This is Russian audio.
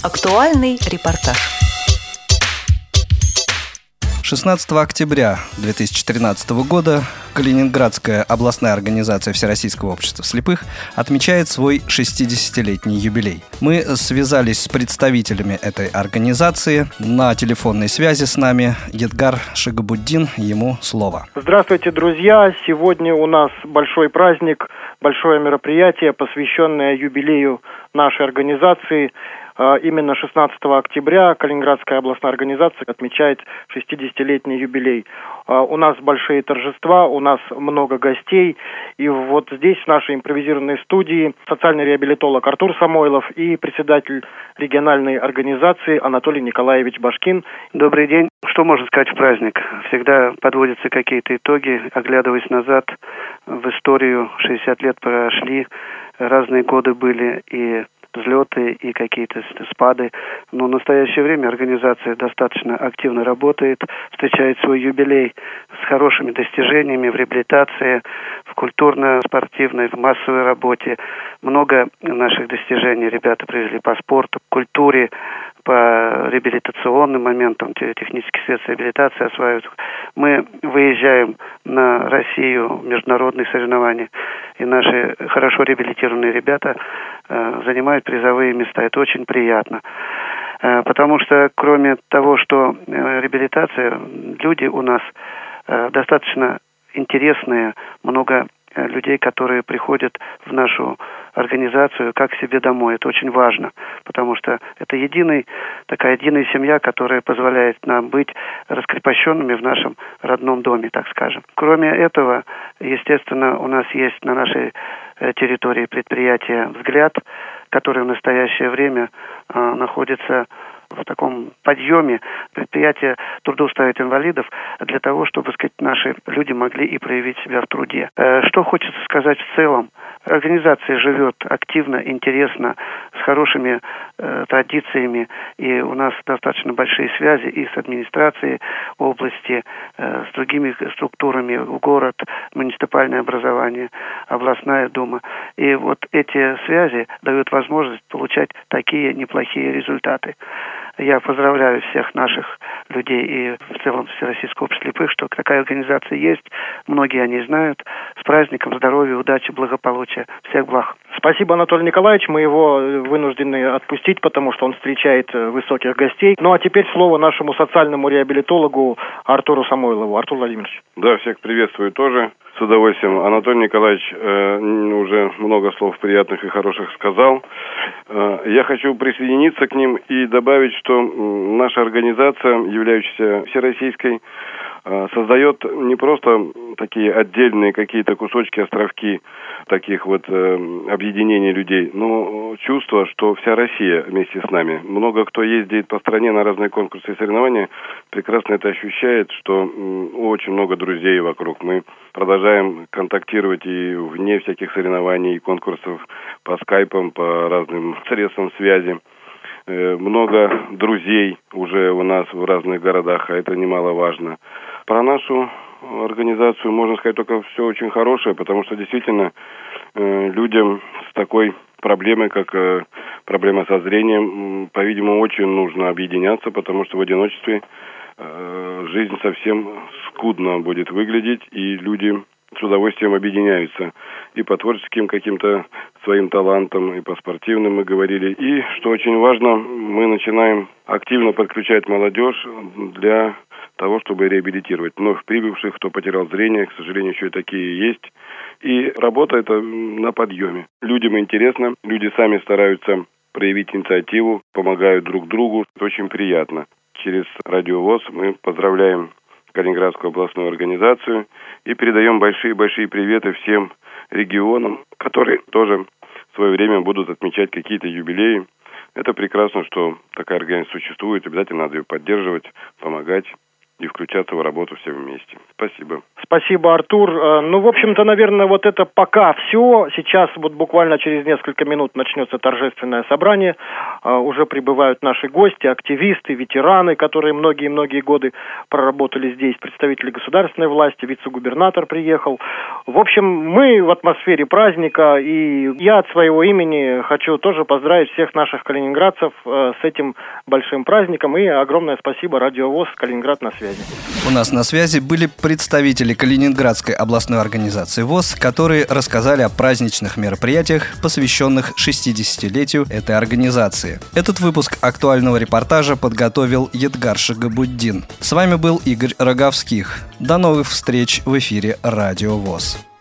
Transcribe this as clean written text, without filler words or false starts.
Актуальный репортаж. 16 октября 2013 года Калининградская областная организация Всероссийского общества слепых отмечает свой 60-летний юбилей. Мы связались с представителями этой организации. На телефонной связи с нами Едгар Шигабуддин. Ему слово. Здравствуйте, друзья! Сегодня у нас большой праздник, большое мероприятие, посвященное юбилею нашей организации. Именно 16 октября Калининградская областная организация отмечает 60-летний юбилей. У нас большие торжества, у нас много гостей. И вот здесь, в нашей импровизированной студии, социальный реабилитолог Артур Самойлов и председатель региональной организации Анатолий Николаевич Башкин. Добрый день. Что можно сказать в праздник? Всегда подводятся какие-то итоги, оглядываясь назад в историю. 60 лет прошли, разные годы были и взлеты и какие-то спады. Но в настоящее время организация достаточно активно работает, встречает свой юбилей с хорошими достижениями в реабилитации, в культурно-спортивной, в массовой работе. Много наших достижений ребята привезли по спорту, культуре, по реабилитационным моментам, технические средства реабилитации осваивают. Мы выезжаем на Россию в международные соревнования, и наши хорошо реабилитированные ребята занимают призовые места. Это очень приятно. Потому что кроме того, что реабилитация, люди у нас достаточно интересные, много людей, которые приходят в нашу организацию как к себе домой. Это очень важно, потому что это такая единая семья, которая позволяет нам быть раскрепощенными в нашем родном доме, так скажем. Кроме этого, естественно, у нас есть на нашей территории предприятие «Взгляд», которое в настоящее время находится в таком подъеме. Предприятие трудоустраивает инвалидов для того, чтобы, сказать, наши люди могли и проявить себя в труде. Что хочется сказать в целом? Организация живет активно, интересно, с хорошими традициями, и у нас достаточно большие связи и с администрацией области, с другими структурами, город, муниципальное образование, областная дума. И вот эти связи дают возможность получать такие неплохие результаты. Я поздравляю всех наших людей и в целом Всероссийского общества слепых, что такая организация есть. Многие они знают. С праздником, здоровья, удачи, благополучия. Всех благ. Спасибо, Анатолий Николаевич. Мы его вынуждены отпустить, потому что он встречает высоких гостей. Ну а теперь слово нашему социальному реабилитологу Артуру Самойлову. Артур Владимирович. Да, всех приветствую тоже. С удовольствием. Анатолий Николаевич уже много слов приятных и хороших сказал. Я хочу присоединиться к ним и добавить, что наша организация, являющаяся всероссийской, создает не просто такие отдельные какие-то кусочки, островки таких вот объединений людей, но чувство, что вся Россия вместе с нами. Много кто ездит по стране на разные конкурсы и соревнования, прекрасно это ощущает, что очень много друзей вокруг. Мы продолжаем контактировать и вне всяких соревнований и конкурсов по скайпам, по разным средствам связи. Много друзей уже у нас в разных городах, а это немаловажно. Про нашу организацию можно сказать только все очень хорошее, потому что действительно людям с такой проблемой, как проблема со зрением, по-видимому, очень нужно объединяться, потому что в одиночестве жизнь совсем скудно будет выглядеть, и люди с удовольствием объединяются и по творческим каким-то своим талантам, и по спортивным мы говорили. И, что очень важно, мы начинаем активно подключать молодежь для того, чтобы реабилитировать вновь прибывших, кто потерял зрение, к сожалению, еще и такие есть. И работа эта на подъеме. Людям интересно, люди сами стараются проявить инициативу, помогают друг другу. Это очень приятно. Через Радио ВОС мы поздравляем Калининградскую областную организацию и передаем большие-большие приветы всем регионам, которые тоже в свое время будут отмечать какие-то юбилеи. Это прекрасно, что такая организация существует, обязательно надо ее поддерживать, помогать. и включаться в работу все вместе. Спасибо. Спасибо, Артур. В общем-то, наверное, вот это пока все. Сейчас вот буквально через несколько минут начнется торжественное собрание. Уже прибывают наши гости, активисты, ветераны, которые многие-многие годы проработали здесь, представители государственной власти, вице-губернатор приехал. В общем, мы в атмосфере праздника, и я от своего имени хочу тоже поздравить всех наших калининградцев с этим большим праздником. И огромное спасибо Радио ВОС «Калининград на связи». У нас на связи были представители Калининградской областной организации ВОС, которые рассказали о праздничных мероприятиях, посвященных 60-летию этой организации. Этот выпуск актуального репортажа подготовил Едгар Шагабуддин. С вами был Игорь Роговских. До новых встреч в эфире Радио ВОС.